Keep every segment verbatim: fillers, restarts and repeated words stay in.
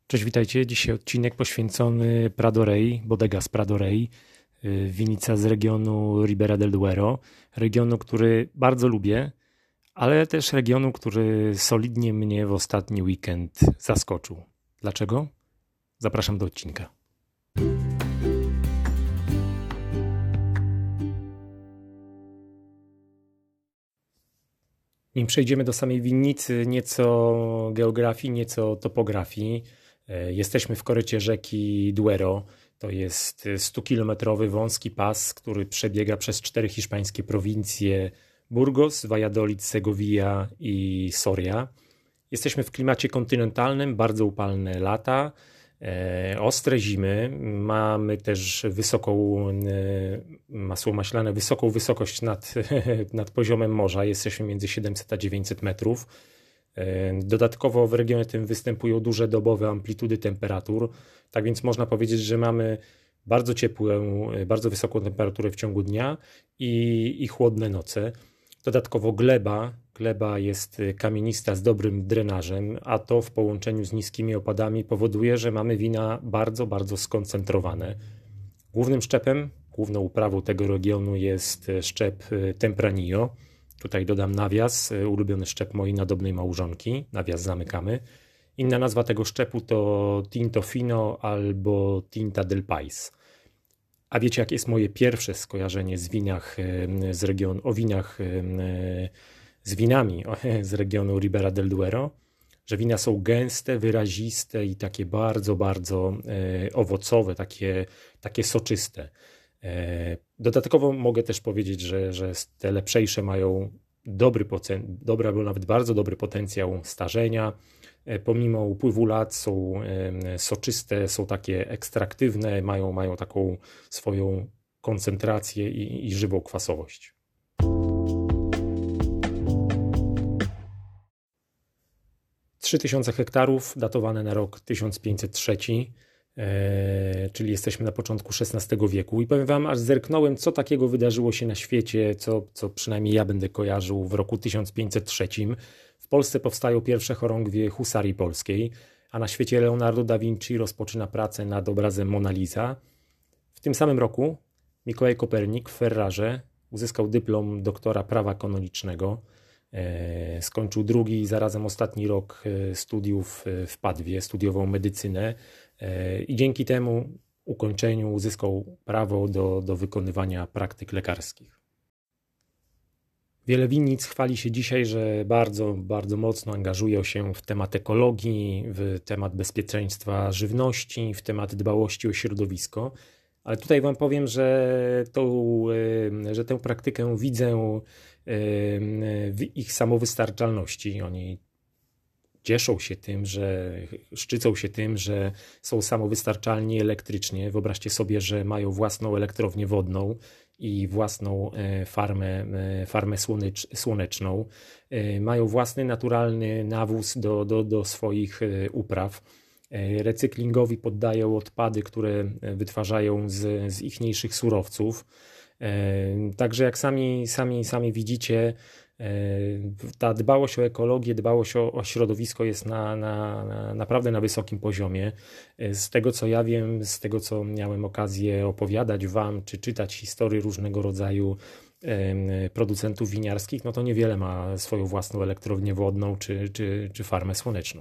Cześć, witajcie. Dzisiaj odcinek poświęcony Pradorei, Bodegas Pradorei, y, winica z regionu Ribera del Duero. Regionu, który bardzo lubię, ale też regionu, który solidnie mnie w ostatni weekend zaskoczył. Dlaczego? Zapraszam do odcinka. Nim przejdziemy do samej winnicy, nieco geografii, nieco topografii. Jesteśmy w korycie rzeki Duero. To jest stukilometrowy wąski pas, który przebiega przez cztery hiszpańskie prowincje: Burgos, Valladolid, Segovia i Soria. Jesteśmy w klimacie kontynentalnym, bardzo upalne lata, e, ostre zimy. Mamy też wysoką, e, masło maślane, wysoką wysokość nad, nad poziomem morza. Jesteśmy między siedemset a dziewięćset metrów. Dodatkowo w regionie tym występują duże dobowe amplitudy temperatur, tak więc można powiedzieć, że mamy bardzo ciepłą, bardzo wysoką temperaturę w ciągu dnia i, i chłodne noce. Dodatkowo gleba, gleba jest kamienista z dobrym drenażem, a to w połączeniu z niskimi opadami powoduje, że mamy wina bardzo, bardzo skoncentrowane. Głównym szczepem, główną uprawą tego regionu jest szczep Tempranillo. Tutaj dodam nawias, ulubiony szczep mojej nadobnej małżonki, nawias zamykamy. Inna nazwa tego szczepu to Tinto Fino albo Tinta del Pais. A wiecie, jakie jest moje pierwsze skojarzenie z winach z regionu, o winach z winami z regionu Ribera del Duero? Że wina są gęste, wyraziste i takie bardzo, bardzo owocowe, takie, takie soczyste. Dodatkoło mogę też powiedzieć, że, że te lepszejsze mają dobry, dobry albo nawet bardzo dobry potencjał starzenia. Pomimo upływu lat są soczyste, są takie ekstraktywne, mają, mają taką swoją koncentrację i, i żywą kwasowość. trzy tysiące hektarów, datowane na rok tysiąc pięćset trzy. E, czyli jesteśmy na początku szesnastego wieku i powiem wam, aż zerknąłem, co takiego wydarzyło się na świecie, co, co przynajmniej ja będę kojarzył w roku tysiąc pięćset trzy. W Polsce powstają pierwsze chorągwie husarii polskiej, a na świecie Leonardo da Vinci rozpoczyna pracę nad obrazem Mona Lisa. W tym samym roku Mikołaj Kopernik w Ferrarze uzyskał dyplom doktora prawa kanonicznego. E, skończył drugi i zarazem ostatni rok studiów w Padwie, studiował medycynę. I dzięki temu ukończeniu uzyskał prawo do, do wykonywania praktyk lekarskich. Wiele winnic chwali się dzisiaj, że bardzo, bardzo mocno angażują się w temat ekologii, w temat bezpieczeństwa żywności, w temat dbałości o środowisko. Ale tutaj wam powiem, że, tą, że tę praktykę widzę w ich samowystarczalności. Oni cieszą się tym, że szczycą się tym, że są samowystarczalni elektrycznie. Wyobraźcie sobie, że mają własną elektrownię wodną i własną farmę, farmę słonecz, słoneczną. Mają własny naturalny nawóz do, do, do swoich upraw. Recyklingowi poddają odpady, które wytwarzają z, z ichniejszych surowców. Także jak sami, sami, sami widzicie, ta dbałość o ekologię, dbałość o, o środowisko jest na, na, na, naprawdę na wysokim poziomie. Z tego co ja wiem, z tego co miałem okazję opowiadać wam, czy czytać historie różnego rodzaju producentów winiarskich, no to niewiele ma swoją własną elektrownię wodną czy, czy, czy farmę słoneczną.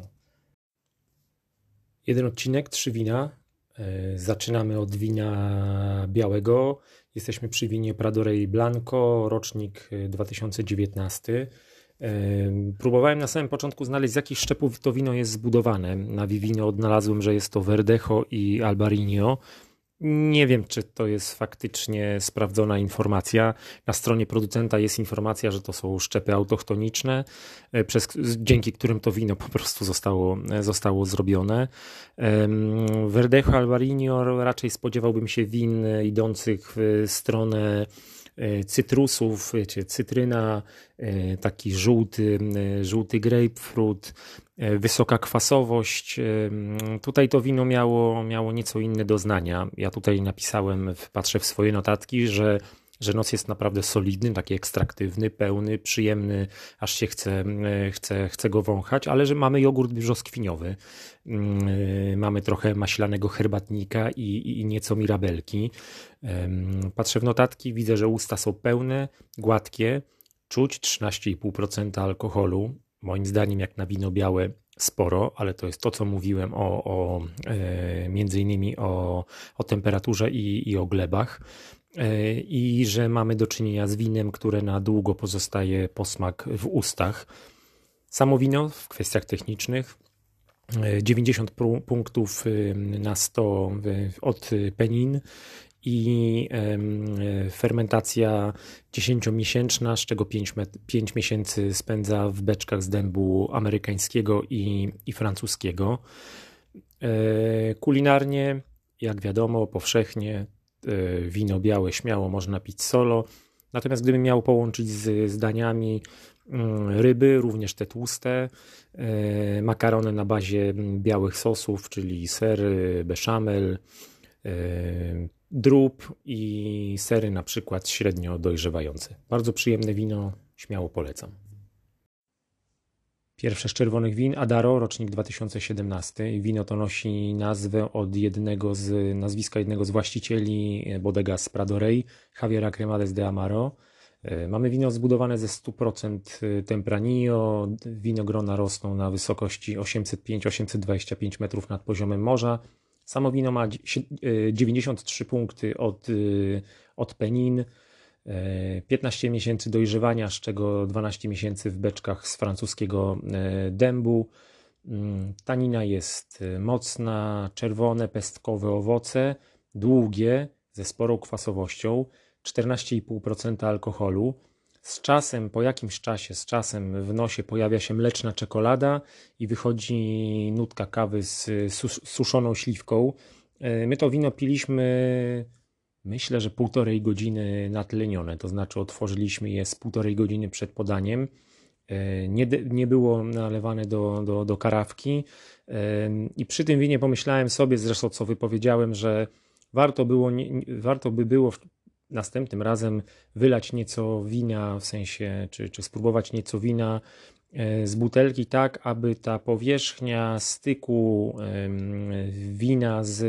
Jeden odcinek, trzy wina. Zaczynamy od wina białego. Jesteśmy przy winie Pradorei Blanco, rocznik dwa tysiące dziewiętnasty. Próbowałem na samym początku znaleźć, z jakich szczepów to wino jest zbudowane. Na Vivino odnalazłem, że jest to Verdejo i Albarino. Nie wiem, czy to jest faktycznie sprawdzona informacja. Na stronie producenta jest informacja, że to są szczepy autochtoniczne, przez, dzięki którym to wino po prostu zostało, zostało zrobione. Verdejo Albarino raczej spodziewałbym się win idących w stronę cytrusów, wiecie, cytryna, taki żółty, żółty grapefruit, wysoka kwasowość. Tutaj to wino miało, miało nieco inne doznania. Ja tutaj napisałem, patrzę w swoje notatki, że że nos jest naprawdę solidny, taki ekstraktywny, pełny, przyjemny, aż się chce, chce, chce go wąchać, ale że mamy jogurt brzoskwiniowy, mamy trochę maślanego herbatnika i, i nieco mirabelki. Patrzę w notatki, widzę, że usta są pełne, gładkie, czuć trzynaście i pół procent alkoholu. Moim zdaniem jak na wino białe sporo, ale to jest to, co mówiłem o, o e, między innymi o, o temperaturze i, i o glebach. E, I że mamy do czynienia z winem, które na długo pozostaje posmak w ustach. Samo wino w kwestiach technicznych dziewięćdziesiąt punktów na sto od Penin i fermentacja dziesięciomiesięczna, z czego pięć miesięcy spędza w beczkach z dębu amerykańskiego i, i francuskiego. Kulinarnie, jak wiadomo, powszechnie wino białe śmiało można pić solo, natomiast gdybym miał połączyć z, z daniami ryby, również te tłuste, makarony na bazie białych sosów, czyli sery, beszamel, drób i sery na przykład średnio dojrzewające. Bardzo przyjemne wino, śmiało polecam. Pierwsze z czerwonych win, Adaro, rocznik dwa tysiące siedemnasty. Wino to nosi nazwę od jednego z nazwiska jednego z właścicieli Bodegas Prado Rey, Javiera Cremades de Amaro. Mamy wino zbudowane ze sto procent Tempranillo. Winogrona rosną na wysokości osiemset pięć do osiemset dwudziestu pięciu metrów nad poziomem morza. Samo wino ma dziewięćdziesiąt trzy punkty od, od Penin, piętnaście miesięcy dojrzewania, z czego dwanaście miesięcy w beczkach z francuskiego dębu. Tanina jest mocna, czerwone, pestkowe owoce, długie, ze sporą kwasowością, czternaście i pół procent alkoholu. Z czasem, po jakimś czasie, z czasem w nosie pojawia się mleczna czekolada i wychodzi nutka kawy z suszoną śliwką. My to wino piliśmy, myślę, że półtorej godziny natlenione, to znaczy otworzyliśmy je z półtorej godziny przed podaniem. Nie, nie było nalewane do, do, do karawki i przy tym winie pomyślałem sobie, zresztą co wypowiedziałem, że warto, było, warto by było następnym razem wylać nieco wina, w sensie, czy, czy spróbować nieco wina z butelki, tak aby ta powierzchnia styku wina z,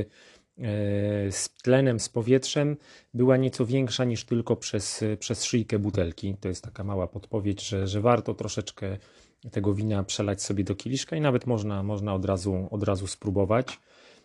z tlenem, z powietrzem była nieco większa niż tylko przez, przez szyjkę butelki. To jest taka mała podpowiedź, że, że warto troszeczkę tego wina przelać sobie do kieliszka i nawet można, można od razu, od razu spróbować.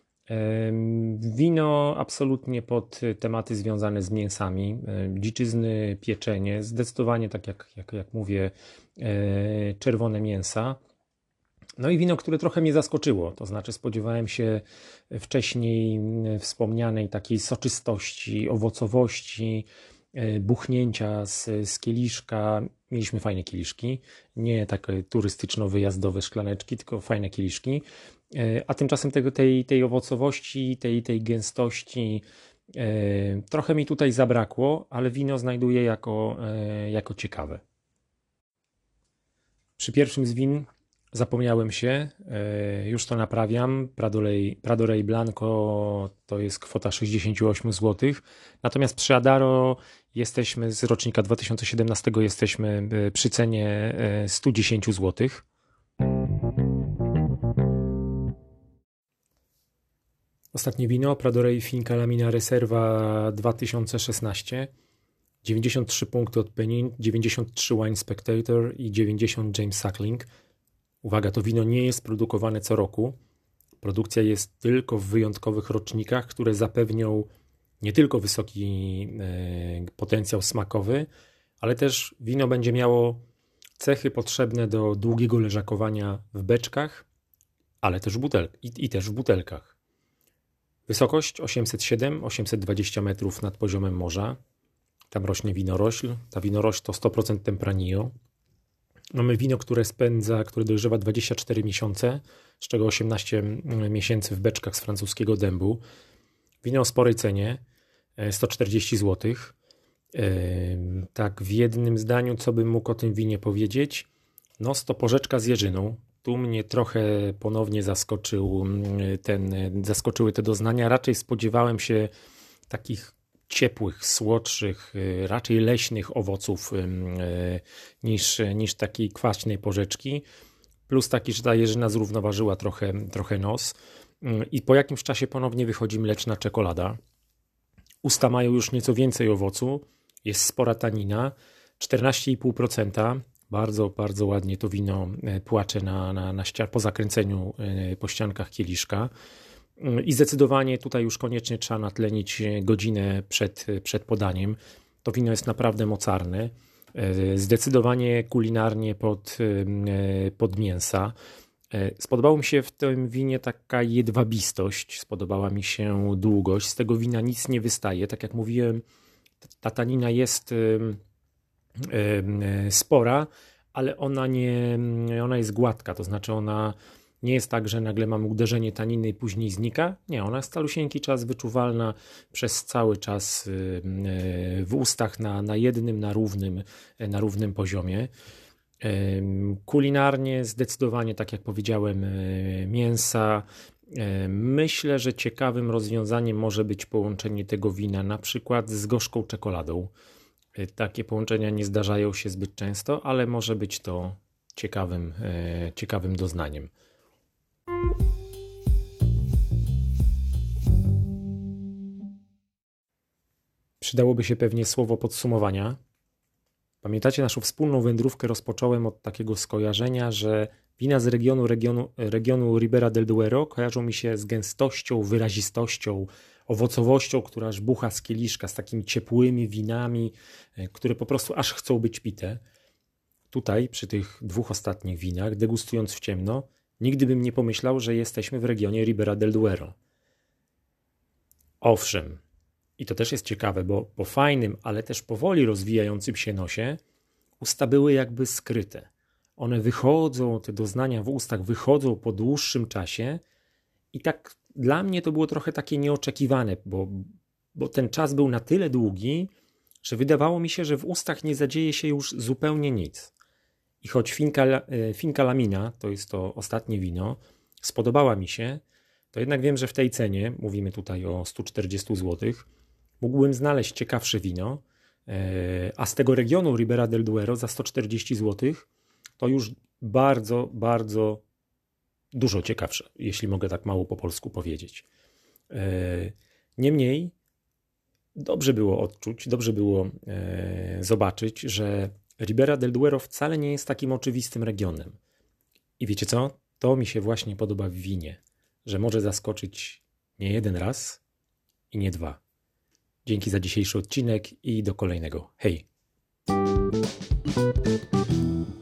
Wino absolutnie pod tematy związane z mięsami, dziczyzny, pieczenie, zdecydowanie tak jak, jak, jak mówię, czerwone mięsa. No i wino, które trochę mnie zaskoczyło, to znaczy spodziewałem się wcześniej wspomnianej takiej soczystości, owocowości, buchnięcia z, z kieliszka. Mieliśmy fajne kieliszki, nie takie turystyczno-wyjazdowe szklaneczki, tylko fajne kieliszki. A tymczasem tego, tej, tej owocowości, tej, tej gęstości e, trochę mi tutaj zabrakło, ale wino znajduję jako, e, jako ciekawe. Przy pierwszym z win zapomniałem się, e, już to naprawiam. Prado Rey, Prado Rey Blanco to jest kwota sześćdziesiąt osiem złotych. Natomiast przy Adaro jesteśmy z rocznika dwa tysiące siedemnastego, jesteśmy przy cenie sto dziesięć złotych. Ostatnie wino, Prado Rey Finca Lamina Reserva dwa tysiące szesnaście. dziewięćdziesiąt trzy punkty od Penin, dziewięćdziesiąt trzy Wine Spectator i dziewięćdziesiąt James Suckling. Uwaga, to wino nie jest produkowane co roku. Produkcja jest tylko w wyjątkowych rocznikach, które zapewnią nie tylko wysoki e, potencjał smakowy, ale też wino będzie miało cechy potrzebne do długiego leżakowania w beczkach, ale też w butel- i, i też w butelkach. Wysokość osiemset siedem do osiemset dwudziestu metrów nad poziomem morza. Tam rośnie winorośl. Ta winorośl to sto procent Tempranillo. Mamy wino, które spędza, które dojrzewa dwadzieścia cztery miesiące, z czego osiemnaście miesięcy w beczkach z francuskiego dębu. Wino o sporej cenie, sto czterdzieści złotych. Tak w jednym zdaniu, co bym mógł o tym winie powiedzieć? No, to porzeczka z jeżyną. Tu mnie trochę ponownie zaskoczył ten, zaskoczyły te doznania. Raczej spodziewałem się takich ciepłych, słodszych, raczej leśnych owoców niż, niż takiej kwaśnej porzeczki. Plus taki, że ta jeżyna zrównoważyła trochę, trochę nos. I po jakimś czasie ponownie wychodzi mleczna czekolada. Usta mają już nieco więcej owocu, jest spora tanina, czternaście i pół procent. Bardzo, bardzo ładnie to wino płacze na, na, na ścian, po zakręceniu po ściankach kieliszka. I zdecydowanie tutaj już koniecznie trzeba natlenić godzinę przed, przed podaniem. To wino jest naprawdę mocarne. Zdecydowanie kulinarnie pod, pod mięsa. Spodobało mi się w tym winie taka jedwabistość, spodobała mi się długość. Z tego wina nic nie wystaje. Tak jak mówiłem, ta tanina jest spora, ale ona, nie, ona jest gładka, to znaczy ona nie jest tak, że nagle mamy uderzenie taniny i później znika. Nie, ona jest calusieńki czas wyczuwalna przez cały czas w ustach na, na jednym, na równym, na równym poziomie. Kulinarnie zdecydowanie, tak jak powiedziałem, mięsa. Myślę, że ciekawym rozwiązaniem może być połączenie tego wina na przykład z gorzką czekoladą. Takie połączenia nie zdarzają się zbyt często, ale może być to ciekawym, ciekawym doznaniem. Przydałoby się pewnie słowo podsumowania. Pamiętacie, naszą wspólną wędrówkę rozpocząłem od takiego skojarzenia, że wina z regionu, regionu, regionu Ribera del Duero kojarzą mi się z gęstością, wyrazistością, owocowością, która aż bucha z kieliszka, z takimi ciepłymi winami, które po prostu aż chcą być pite. Tutaj, przy tych dwóch ostatnich winach, degustując w ciemno, nigdy bym nie pomyślał, że jesteśmy w regionie Ribera del Duero. Owszem, i to też jest ciekawe, bo po fajnym, ale też powoli rozwijającym się nosie usta były jakby skryte. One wychodzą, te doznania w ustach wychodzą po dłuższym czasie i tak dla mnie to było trochę takie nieoczekiwane, bo, bo ten czas był na tyle długi, że wydawało mi się, że w ustach nie zadzieje się już zupełnie nic. I choć Finca, Finca Lamina, to jest to ostatnie wino, spodobała mi się, to jednak wiem, że w tej cenie, mówimy tutaj o stu czterdziestu złotych, mógłbym znaleźć ciekawsze wino, a z tego regionu Ribera del Duero za sto czterdzieści złotych to już bardzo, bardzo dużo ciekawsze, jeśli mogę tak mało po polsku powiedzieć. Niemniej dobrze było odczuć, dobrze było zobaczyć, że Ribera del Duero wcale nie jest takim oczywistym regionem. I wiecie co? To mi się właśnie podoba w winie, że może zaskoczyć nie jeden raz i nie dwa. Dzięki za dzisiejszy odcinek i do kolejnego. Hej!